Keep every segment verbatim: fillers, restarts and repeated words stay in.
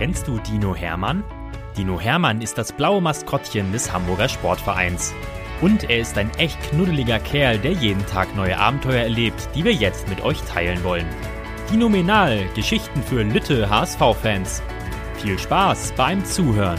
Kennst du Dino Hermann? Dino Hermann ist das blaue Maskottchen des Hamburger Sportvereins. Und er ist ein echt knuddeliger Kerl, der jeden Tag neue Abenteuer erlebt, die wir jetzt mit euch teilen wollen. Dinomenal, Geschichten für Lütte H S V-Fans. Viel Spaß beim Zuhören.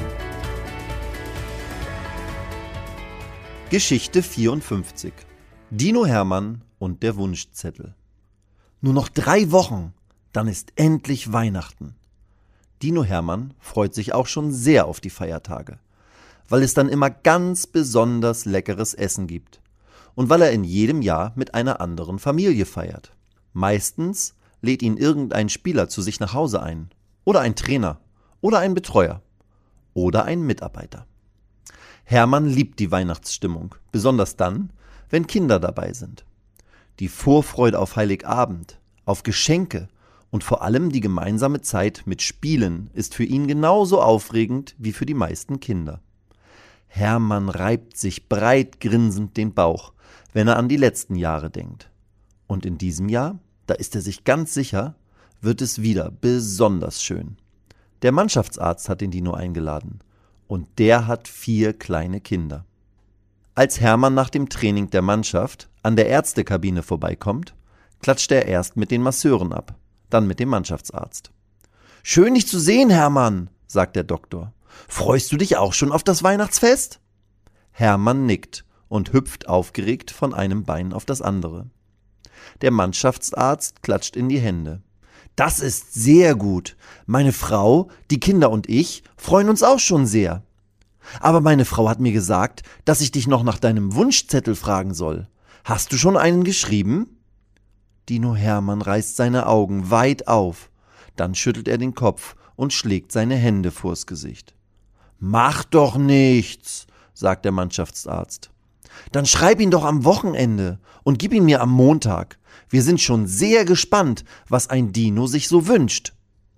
Geschichte vierundfünfzig. Dino Hermann und der Wunschzettel. Nur noch drei Wochen, dann ist endlich Weihnachten. Dino Hermann freut sich auch schon sehr auf die Feiertage, weil es dann immer ganz besonders leckeres Essen gibt und weil er in jedem Jahr mit einer anderen Familie feiert. Meistens lädt ihn irgendein Spieler zu sich nach Hause ein oder ein Trainer oder ein Betreuer oder ein Mitarbeiter. Hermann liebt die Weihnachtsstimmung, besonders dann, wenn Kinder dabei sind. Die Vorfreude auf Heiligabend, auf Geschenke und vor allem die gemeinsame Zeit mit Spielen ist für ihn genauso aufregend wie für die meisten Kinder. Hermann reibt sich breit grinsend den Bauch, wenn er an die letzten Jahre denkt. Und in diesem Jahr, da ist er sich ganz sicher, wird es wieder besonders schön. Der Mannschaftsarzt hat den Dino eingeladen und der hat vier kleine Kinder. Als Hermann nach dem Training der Mannschaft an der Ärztekabine vorbeikommt, klatscht er erst mit den Masseuren ab, dann mit dem Mannschaftsarzt. »Schön, dich zu sehen, Hermann«, sagt der Doktor. »Freust du dich auch schon auf das Weihnachtsfest?« Hermann nickt und hüpft aufgeregt von einem Bein auf das andere. Der Mannschaftsarzt klatscht in die Hände. »Das ist sehr gut. Meine Frau, die Kinder und ich freuen uns auch schon sehr. Aber meine Frau hat mir gesagt, dass ich dich noch nach deinem Wunschzettel fragen soll. Hast du schon einen geschrieben?« Dino Hermann reißt seine Augen weit auf. Dann schüttelt er den Kopf und schlägt seine Hände vors Gesicht. »Mach doch nichts«, sagt der Mannschaftsarzt. »Dann schreib ihn doch am Wochenende und gib ihn mir am Montag. Wir sind schon sehr gespannt, was ein Dino sich so wünscht.«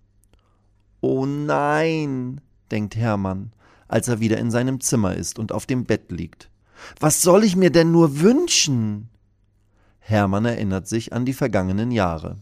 »Oh nein«, denkt Hermann, als er wieder in seinem Zimmer ist und auf dem Bett liegt. »Was soll ich mir denn nur wünschen?« Hermann erinnert sich an die vergangenen Jahre.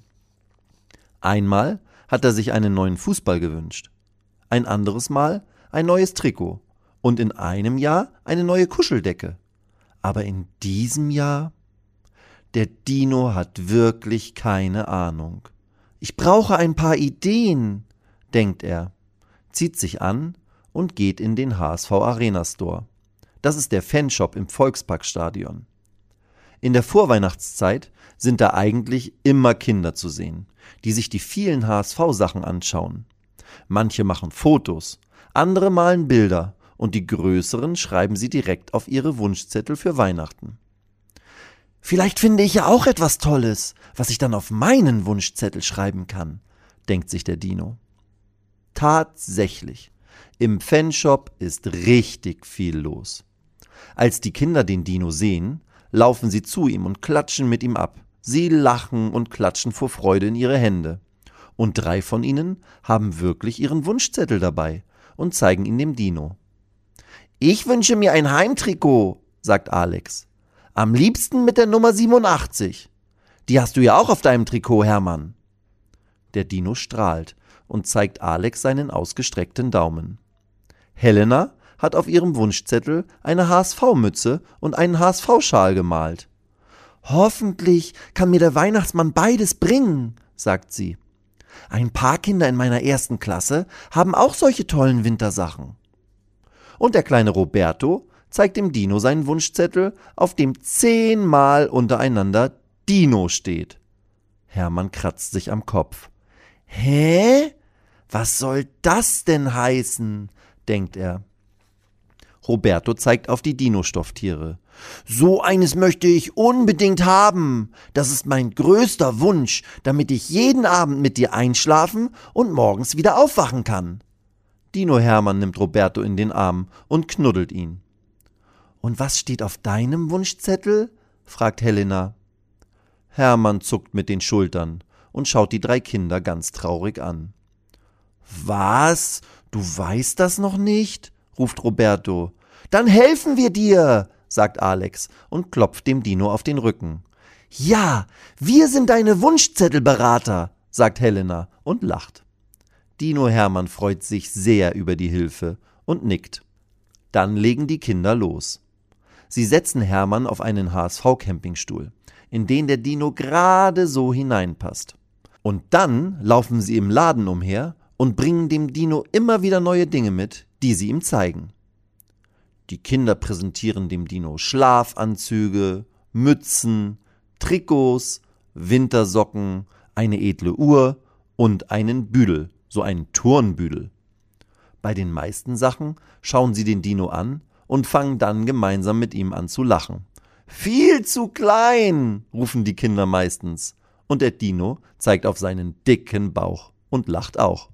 Einmal hat er sich einen neuen Fußball gewünscht, ein anderes Mal ein neues Trikot und in einem Jahr eine neue Kuscheldecke. Aber in diesem Jahr? Der Dino hat wirklich keine Ahnung. »Ich brauche ein paar Ideen«, denkt er, zieht sich an und geht in den H S V Arena Store. Das ist der Fanshop im Volksparkstadion. In der Vorweihnachtszeit sind da eigentlich immer Kinder zu sehen, die sich die vielen H S V-Sachen anschauen. Manche machen Fotos, andere malen Bilder und die größeren schreiben sie direkt auf ihre Wunschzettel für Weihnachten. »Vielleicht finde ich ja auch etwas Tolles, was ich dann auf meinen Wunschzettel schreiben kann«, denkt sich der Dino. Tatsächlich, im Fanshop ist richtig viel los. Als die Kinder den Dino sehen, laufen sie zu ihm und klatschen mit ihm ab. Sie lachen und klatschen vor Freude in ihre Hände. Und drei von ihnen haben wirklich ihren Wunschzettel dabei und zeigen ihn dem Dino. »Ich wünsche mir ein Heimtrikot«, sagt Alex. »Am liebsten mit der Nummer siebenundachtzig. Die hast du ja auch auf deinem Trikot, Hermann.« Der Dino strahlt und zeigt Alex seinen ausgestreckten Daumen. Helena hat auf ihrem Wunschzettel eine H S V-Mütze und einen H S V-Schal gemalt. »Hoffentlich kann mir der Weihnachtsmann beides bringen«, sagt sie. »Ein paar Kinder in meiner ersten Klasse haben auch solche tollen Wintersachen.« Und der kleine Roberto zeigt dem Dino seinen Wunschzettel, auf dem zehnmal untereinander Dino steht. Hermann kratzt sich am Kopf. »Hä? Was soll das denn heißen?«, denkt er. Roberto zeigt auf die Dino-Stofftiere. »So eines möchte ich unbedingt haben. Das ist mein größter Wunsch, damit ich jeden Abend mit dir einschlafen und morgens wieder aufwachen kann.« Dino Hermann nimmt Roberto in den Arm und knuddelt ihn. »Und was steht auf deinem Wunschzettel?«, fragt Helena. Hermann zuckt mit den Schultern und schaut die drei Kinder ganz traurig an. »Was? Du weißt das noch nicht?«, ruft Roberto. »Dann helfen wir dir«, sagt Alex und klopft dem Dino auf den Rücken. »Ja, wir sind deine Wunschzettelberater«, sagt Helena und lacht. Dino Hermann freut sich sehr über die Hilfe und nickt. Dann legen die Kinder los. Sie setzen Hermann auf einen H S V-Campingstuhl, in den der Dino gerade so hineinpasst. Und dann laufen sie im Laden umher und bringen dem Dino immer wieder neue Dinge mit, die sie ihm zeigen. Die Kinder präsentieren dem Dino Schlafanzüge, Mützen, Trikots, Wintersocken, eine edle Uhr und einen Büdel, so einen Turnbüdel. Bei den meisten Sachen schauen sie den Dino an und fangen dann gemeinsam mit ihm an zu lachen. »Viel zu klein«, rufen die Kinder meistens. Und der Dino zeigt auf seinen dicken Bauch und lacht auch.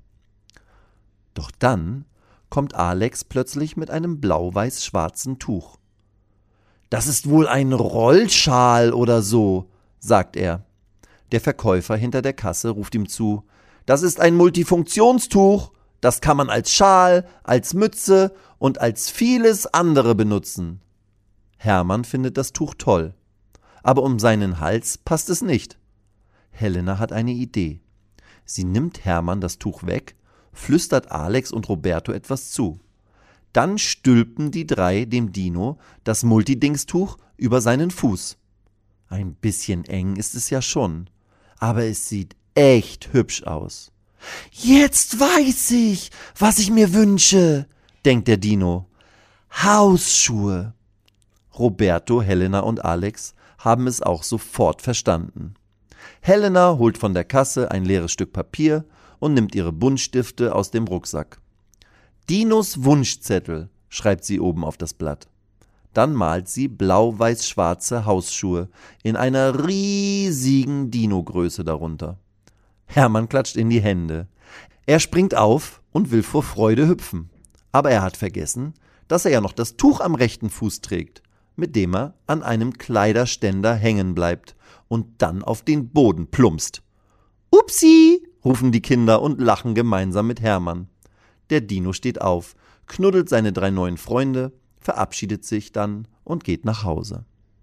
Doch dann kommt Alex plötzlich mit einem blau-weiß-schwarzen Tuch. »Das ist wohl ein Rollschal oder so«, sagt er. Der Verkäufer hinter der Kasse ruft ihm zu, »Das ist ein Multifunktionstuch, das kann man als Schal, als Mütze und als vieles andere benutzen.« Hermann findet das Tuch toll, aber um seinen Hals passt es nicht. Helena hat eine Idee. Sie nimmt Hermann das Tuch weg, flüstert Alex und Roberto etwas zu. Dann stülpen die drei dem Dino das Multidingstuch über seinen Fuß. Ein bisschen eng ist es ja schon, aber es sieht echt hübsch aus. »Jetzt weiß ich, was ich mir wünsche«, denkt der Dino. »Hausschuhe.« Roberto, Helena und Alex haben es auch sofort verstanden. Helena holt von der Kasse ein leeres Stück Papier und nimmt ihre Buntstifte aus dem Rucksack. »Dinos Wunschzettel«, schreibt sie oben auf das Blatt. Dann malt sie blau-weiß-schwarze Hausschuhe in einer riesigen Dino-Größe darunter. Hermann klatscht in die Hände. Er springt auf und will vor Freude hüpfen. Aber er hat vergessen, dass er ja noch das Tuch am rechten Fuß trägt, mit dem er an einem Kleiderständer hängen bleibt und dann auf den Boden plumpst. »Upsi«, rufen die Kinder und lachen gemeinsam mit Hermann. Der Dino steht auf, knuddelt seine drei neuen Freunde, verabschiedet sich dann und geht nach Hause.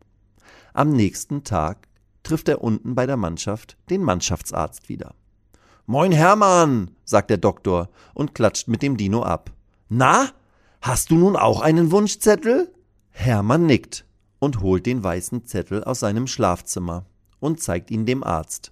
Am nächsten Tag trifft er unten bei der Mannschaft den Mannschaftsarzt wieder. »Moin Hermann«, sagt der Doktor und klatscht mit dem Dino ab. »Na, hast du nun auch einen Wunschzettel?« Hermann nickt und holt den weißen Zettel aus seinem Schlafzimmer und zeigt ihn dem Arzt.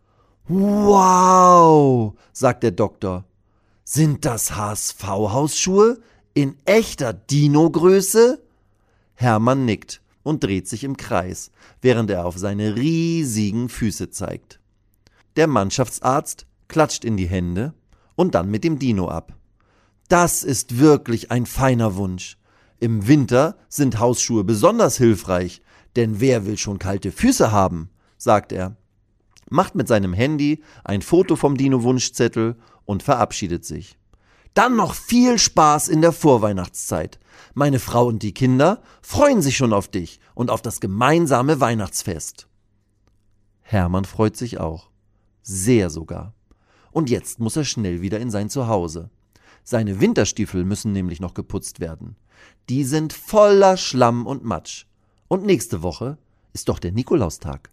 »Wow«, sagt der Doktor. »Sind das H S V-Hausschuhe in echter Dino-Größe?« Hermann nickt und dreht sich im Kreis, während er auf seine riesigen Füße zeigt. Der Mannschaftsarzt klatscht in die Hände und dann mit dem Dino ab. »Das ist wirklich ein feiner Wunsch. Im Winter sind Hausschuhe besonders hilfreich, denn wer will schon kalte Füße haben?«, sagt er, macht mit seinem Handy ein Foto vom Dino-Wunschzettel und verabschiedet sich. »Dann noch viel Spaß in der Vorweihnachtszeit. Meine Frau und die Kinder freuen sich schon auf dich und auf das gemeinsame Weihnachtsfest.« Hermann freut sich auch. Sehr sogar. Und jetzt muss er schnell wieder in sein Zuhause. Seine Winterstiefel müssen nämlich noch geputzt werden. Die sind voller Schlamm und Matsch. Und nächste Woche ist doch der Nikolaustag.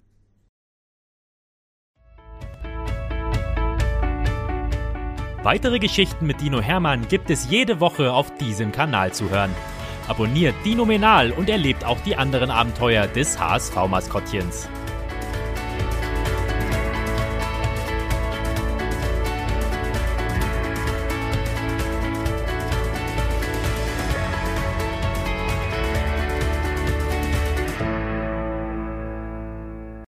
Weitere Geschichten mit Dino Hermann gibt es jede Woche auf diesem Kanal zu hören. Abonniert Dinomenal und erlebt auch die anderen Abenteuer des H S V-Maskottchens.